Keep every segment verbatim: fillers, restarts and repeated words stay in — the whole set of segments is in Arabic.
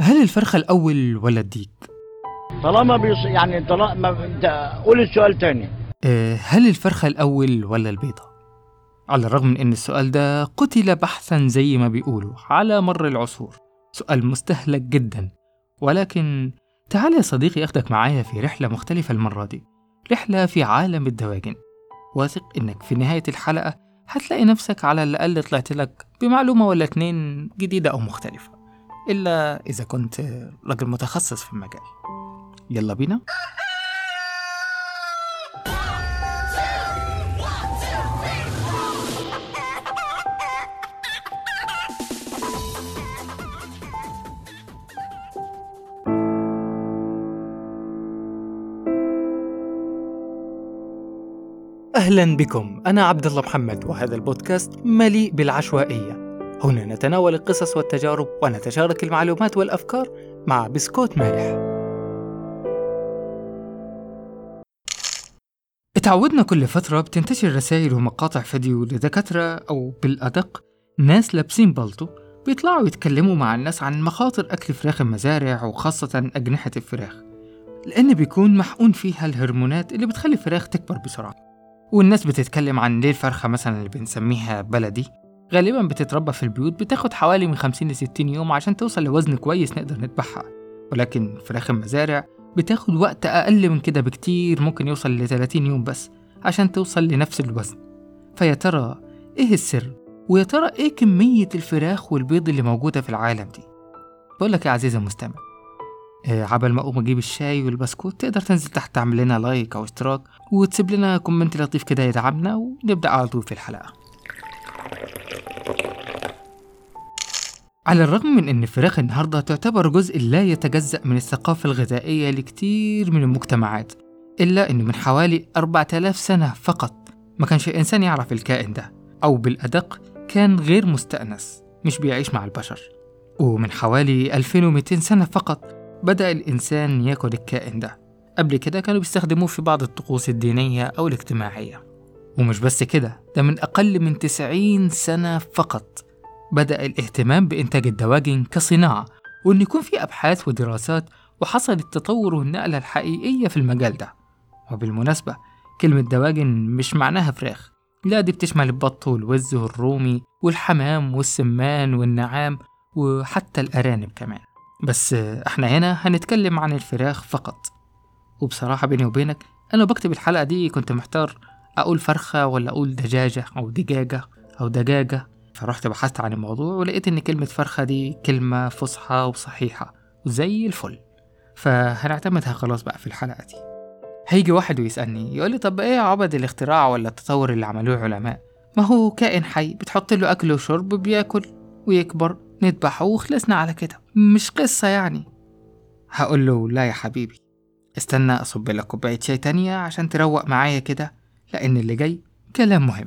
هل الفرخة الأول ولا الديك؟ طالما بيص... يعني طالما انت قول السؤال تاني. أه هل الفرخة الأول ولا البيضة؟ على الرغم من أن السؤال ده قتل بحثا زي ما بيقولوا على مر العصور، سؤال مستهلك جدا، ولكن تعال يا صديقي أخدك معايا في رحلة مختلفة المرة دي، رحلة في عالم الدواجن. واثق إنك في نهاية الحلقة هتلاقي نفسك على الأقل طلعت لك بمعلومة ولا اتنين جديدة أو مختلفة، إلا إذا كنت راجل متخصص في المجال. يلا بينا. أهلا بكم، أنا عبد الله محمد، وهذا البودكاست مليء بالعشوائية. هنا نتناول القصص والتجارب ونتشارك المعلومات والأفكار مع بسكوت مالح. اتعودنا كل فترة بتنتشر رسائل ومقاطع فيديو لدكاترة أو بالأدق ناس لابسين بالطو بيطلعوا يتكلموا مع الناس عن مخاطر أكل فراخ المزارع، وخاصة أجنحة الفراخ، لأن بيكون محقون فيها الهرمونات اللي بتخلي الفراخ تكبر بسرعة. والناس بتتكلم عن ليه الفرخة مثلا اللي بنسميها بلدي غالبا بتتربى في البيوت بتاخد حوالي من خمسين لستين يوم عشان توصل لوزن كويس نقدر نذبحها، ولكن فراخ المزارع بتاخد وقت أقل من كده بكتير، ممكن يوصل لثلاثين يوم بس عشان توصل لنفس الوزن. فيا ترى إيه السر؟ ويا ترى إيه كمية الفراخ والبيض اللي موجودة في العالم دي؟ بقولك يا عزيزي المستمع، عبل ما اقوم اجيب الشاي والبسكوت تقدر تنزل تحت تعمل لنا لايك او اشتراك وتسيب لنا كومنت لطيف كده يدعمنا، ونبدأ على طول في الحلقة. على الرغم من ان الفراخ النهاردة تعتبر جزء لا يتجزأ من الثقافة الغذائية لكتير من المجتمعات، الا انه من حوالي أربعة آلاف سنة فقط ما كانش الانسان يعرف الكائن ده، او بالادق كان غير مستأنس مش بيعيش مع البشر. ومن حوالي ألفين ومئتين سنة فقط بدأ الإنسان يأكل الكائن ده. قبل كده كانوا بيستخدموه في بعض الطقوس الدينية أو الاجتماعية. ومش بس كده، ده من أقل من تسعين سنة فقط بدأ الاهتمام بإنتاج الدواجن كصناعة، وإن يكون في أبحاث ودراسات، وحصل التطور والنقلة الحقيقية في المجال ده. وبالمناسبة كلمة دواجن مش معناها فراخ، لا، دي بتشمل البط والوز والرومي والحمام والسمان والنعام وحتى الأرانب كمان، بس احنا هنا هنتكلم عن الفراخ فقط. وبصراحة بيني وبينك أنا بكتب الحلقة دي كنت محتار أقول فرخة ولا أقول دجاجة أو دجاجة أو دجاجة، فرحت بحثت عن الموضوع ولقيت إن كلمة فرخة دي كلمة فصحى وصحيحة وزي الفل، فهنعتمدها خلاص بقى في الحلقة دي. هيجي واحد ويسألني يقولي طب إيه عبد الاختراع ولا التطور اللي عملوه علماء؟ ما هو كائن حي بتحط له أكل وشرب بياكل ويكبر نذبحه وخلصنا على كده، مش قصة يعني. هقول له لا يا حبيبي، استنى أصب لك كوباية شاي تانية عشان تروق معايا كده، لأن اللي جاي كلام مهم.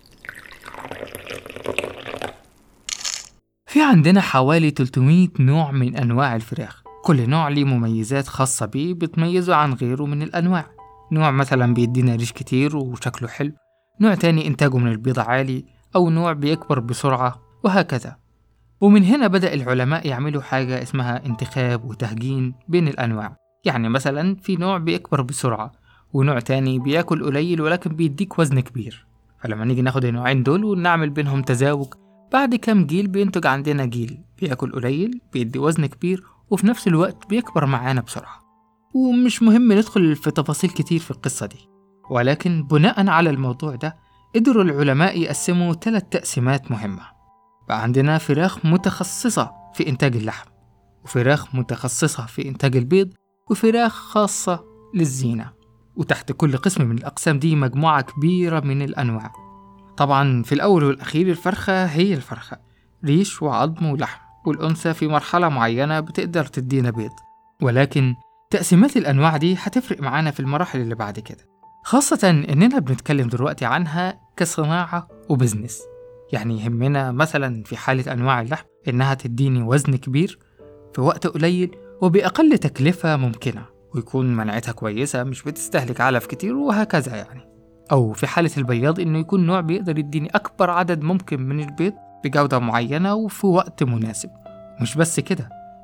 في عندنا حوالي ثلاثمئة نوع من أنواع الفراخ، كل نوع ليه مميزات خاصة بيه بتميزه عن غيره من الأنواع. نوع مثلا بيدينا ريش كتير وشكله حلو، نوع تاني إنتاجه من البيض عالي، أو نوع بيكبر بسرعة، وهكذا. ومن هنا بدأ العلماء يعملوا حاجة اسمها انتخاب وتهجين بين الأنواع. يعني مثلا في نوع بيكبر بسرعة، ونوع تاني بياكل قليل ولكن بيديك وزن كبير، فلما نيجي ناخد النوعين دول ونعمل بينهم تزاوج، بعد كام جيل بينتج عندنا جيل بياكل قليل بيدي وزن كبير وفي نفس الوقت بيكبر معانا بسرعة. ومش مهم ندخل في تفاصيل كتير في القصة دي، ولكن بناء على الموضوع ده قدروا العلماء يقسموا ثلاث تقسيمات مهمة. بقى عندنا فراخ متخصصة في إنتاج اللحم، وفراخ متخصصة في إنتاج البيض، وفراخ خاصة للزينة. وتحت كل قسم من الأقسام دي مجموعة كبيرة من الأنواع. طبعا في الأول والأخير الفرخة هي الفرخة، ريش وعظم ولحم، والأنثى في مرحلة معينة بتقدر تدينا بيض. ولكن تقسيمات الأنواع دي هتفرق معانا في المراحل اللي بعد كده، خاصة إننا بنتكلم دلوقتي عنها كصناعة وبزنس. يعني يهمنا مثلا في حالة أنواع اللحم إنها تديني وزن كبير في وقت قليل وبأقل تكلفة ممكنة، ويكون مناعتها كويسة مش بتستهلك علف كتير وهكذا يعني. أو في حالة البياض إنه يكون نوع بيقدر يديني أكبر عدد ممكن من البيض بجودة معينة وفي وقت مناسب. مش بس كده،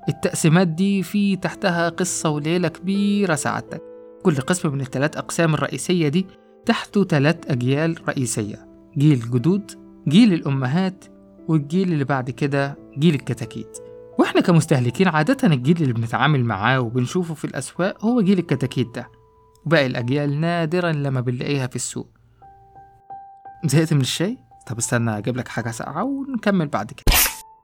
التقسيمات دي في تحتها قصة وليلة كبيرة سعادتك. كل قسم من الثلاث أقسام الرئيسية دي تحته ثلاث أجيال رئيسية: جيل الجدود، جيل الأمهات، والجيل اللي بعد كده جيل الكتاكيت. وإحنا كمستهلكين عادة الجيل اللي بنتعامل معاه وبنشوفه في الأسواق هو جيل الكتاكيت ده، وباقي الأجيال نادرا لما بنلاقيها في السوق. زهقت من الشاي؟ طب استنى أجيب لك حاجة ساقعة ونكمل بعد كده.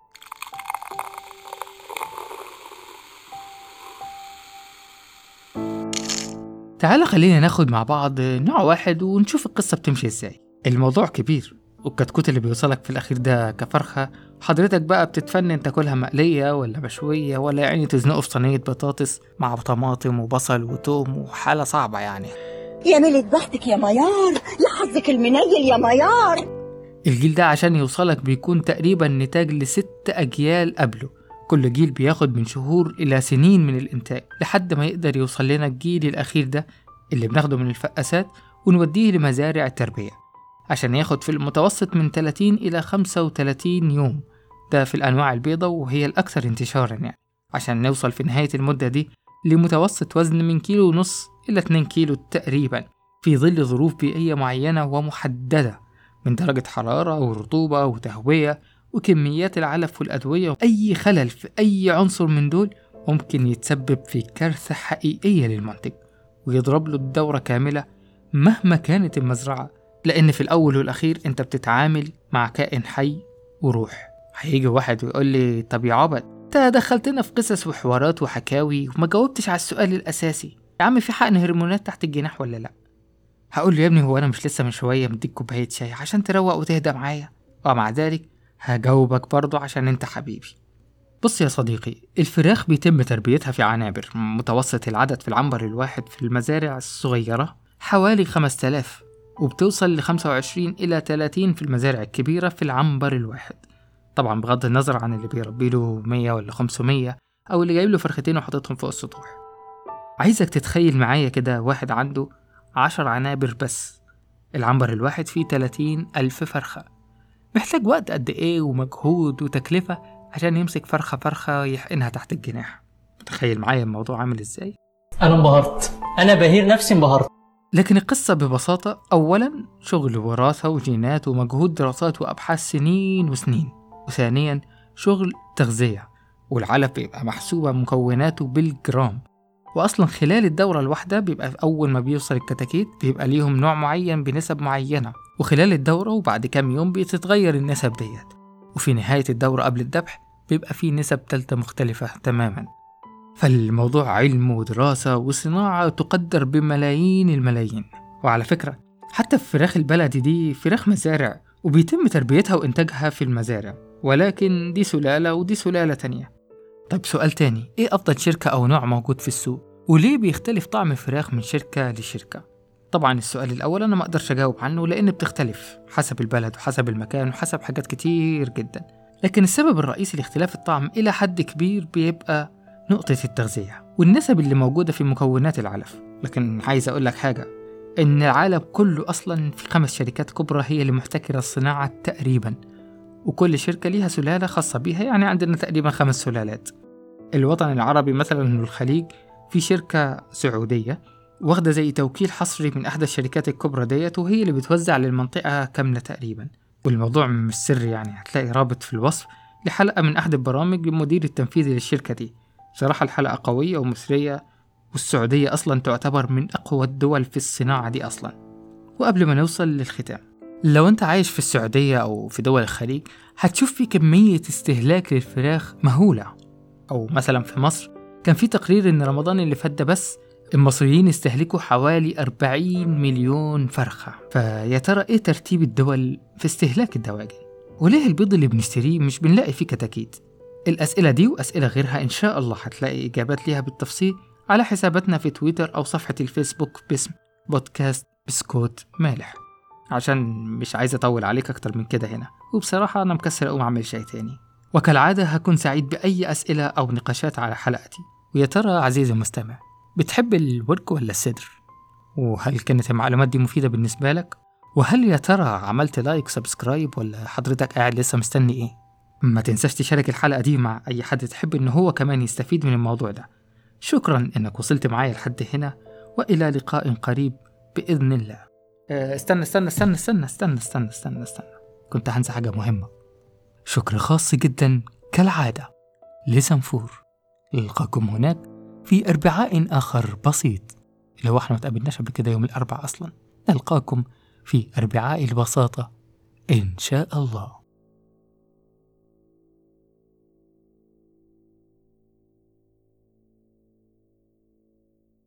تعال خلينا ناخد مع بعض نوع واحد ونشوف القصة بتمشي ازاي. الموضوع كبير، والكتكوت اللي بيوصلك في الأخير ده كفرخة، حضرتك بقى بتتفنن تاكلها مقلية ولا مشوية ولا يعني تزنقه في صينية بطاطس مع طماطم وبصل وتوم، وحالة صعبة يعني. يا ميلة بختك يا ميار، يا حظك المنيل يا ميار. الجيل ده عشان يوصلك بيكون تقريبا نتاج لست أجيال قبله، كل جيل بياخد من شهور إلى سنين من الإنتاج لحد ما يقدر يوصل لنا الجيل الأخير ده اللي بناخده من الفقاسات ونوديه لمزارع التربية عشان ياخد في المتوسط من ثلاثين إلى خمسة وثلاثين يوم، ده في الأنواع البيضة وهي الأكثر انتشارا يعني، عشان نوصل في نهاية المدة دي لمتوسط وزن من كيلو ونص إلى اتنين كيلو تقريبا، في ظل ظروف بيئية معينة ومحددة من درجة حرارة ورطوبة وتهوية وكميات العلف والأدوية. وأي خلل في أي عنصر من دول ممكن يتسبب في كارثة حقيقية للمنتج ويضرب له الدورة كاملة مهما كانت المزرعة، لأن في الأول والأخير أنت بتتعامل مع كائن حي وروح. هيجي واحد ويقول لي طب يا عبد انت دخلتنا في قصص وحوارات وحكاوي وما جاوبتش على السؤال الأساسي، يا عم في حقن هرمونات تحت الجناح ولا لأ؟ هقول له يا ابني هو أنا مش لسه من شوية مديك كوباية شاي عشان تروق وتهدى معايا؟ ومع ذلك هجاوبك برضو عشان انت حبيبي. بص يا صديقي، الفراخ بيتم تربيتها في عنابر، متوسط العدد في العنبر الواحد في المزارع الصغيرة حوالي خمسة آلاف، وبتوصل ل خمسة وعشرين إلى ثلاثين في المزارع الكبيرة في العنبر الواحد، طبعا بغض النظر عن اللي بيربي له مية ولا خمسمية أو اللي جايب له فرختين وحاططهم فوق السطوح. عايزك تتخيل معايا كده واحد عنده عشر عنابر بس، العنبر الواحد فيه ثلاثين ألف فرخة، محتاج وقت قد إيه ومجهود وتكلفة عشان يمسك فرخة فرخة يحقنها تحت الجناح؟ متخيل معايا الموضوع عامل إزاي؟ أنا انبهرت، أنا بهير نفسي انبهرت. لكن القصة ببساطة، أولا شغل وراثة وجينات ومجهود دراسات وأبحاث سنين وسنين، وثانيا شغل تغذية، والعلف بيبقى محسوبة مكوناته بالجرام، وأصلا خلال الدورة الواحدة بيبقى أول ما بيوصل الكتاكيت بيبقى ليهم نوع معين بنسب معينة، وخلال الدورة وبعد كام يوم بتتغير النسب ديت، وفي نهاية الدورة قبل الذبح بيبقى فيه نسب تالتة مختلفة تماما. فالموضوع علم ودراسة وصناعة تقدر بملايين الملايين. وعلى فكرة حتى الفراخ البلدي دي فراخ مزارع وبيتم تربيتها وإنتاجها في المزارع، ولكن دي سلالة ودي سلالة تانية. طيب سؤال تاني، إيه أفضل شركة أو نوع موجود في السوق؟ وليه بيختلف طعم الفراخ من شركة لشركة؟ طبعا السؤال الأول أنا ما أقدرش أجاوب عنه لأن بتختلف حسب البلد وحسب المكان وحسب حاجات كتير جدا، لكن السبب الرئيسي لاختلاف الطعم إلى حد كبير بيبقى نقطة التغذية والنسب اللي موجودة في مكونات العلف. لكن عايز أقول لك حاجة، إن العالم كله أصلا في خمس شركات كبرى هي اللي محتكرة الصناعة تقريبا، وكل شركة ليها سلالة خاصة بيها، يعني عندنا تقريبا خمس سلالات. الوطن العربي مثلا والخليج في شركة سعودية واخدة زي توكيل حصري من أحد الشركات الكبرى ديت، وهي اللي بتوزع للمنطقة كاملة تقريبا. والموضوع مش سر، يعني هتلاقي رابط في الوصف لحلقة من أحد البرامج للمدير التنفيذي للشركة دي. بصراحة الحلقة قوية ومثرية، والسعودية أصلا تعتبر من أقوى الدول في الصناعة دي أصلا. وقبل ما نوصل للختام، لو أنت عايش في السعودية أو في دول الخليج هتشوف في كمية استهلاك للفراخ مهولة. أو مثلا في مصر كان في تقرير إن رمضان اللي فات ده بس المصريين استهلكوا حوالي أربعين مليون فرخة. فيا ترى إيه ترتيب الدول في استهلاك الدواجن؟ وليه البيض اللي بنشتريه مش بنلاقي فيه كتاكيت؟ الأسئلة دي وأسئلة غيرها إن شاء الله هتلاقي إجابات ليها بالتفصيل على حساباتنا في تويتر أو صفحة الفيسبوك باسم بودكاست بسكوت مالح، عشان مش عايز أطول عليك أكتر من كده هنا، وبصراحة أنا مكسر أقوم أعمل شيء تاني. وكالعادة هكون سعيد بأي أسئلة أو نقاشات على حلقتي. ويا ترى عزيزي المستمع، بتحب الورك ولا الصدر؟ وهل كانت المعلومات دي مفيدة بالنسبة لك؟ وهل يا ترى عملت لايك سبسكرايب ولا حضرتك قاعد لسه مستني إيه؟ ما تنساش تشارك الحلقة دي مع أي حد تحب إنه هو كمان يستفيد من الموضوع ده. شكرا إنك وصلت معايا لحد هنا، وإلى لقاء قريب بإذن الله. أه استنى استنى استنى استنى استنى استنى استنى استنى كنت هنسى حاجة مهمة. شكر خاص جدا كالعادة لسنفور. نلقاكم هناك في أربعاء آخر بسيط. لو احنا ما تقابلناش قبل كده يوم الأربعاء أصلا، نلقاكم في أربعاء البساطة إن شاء الله.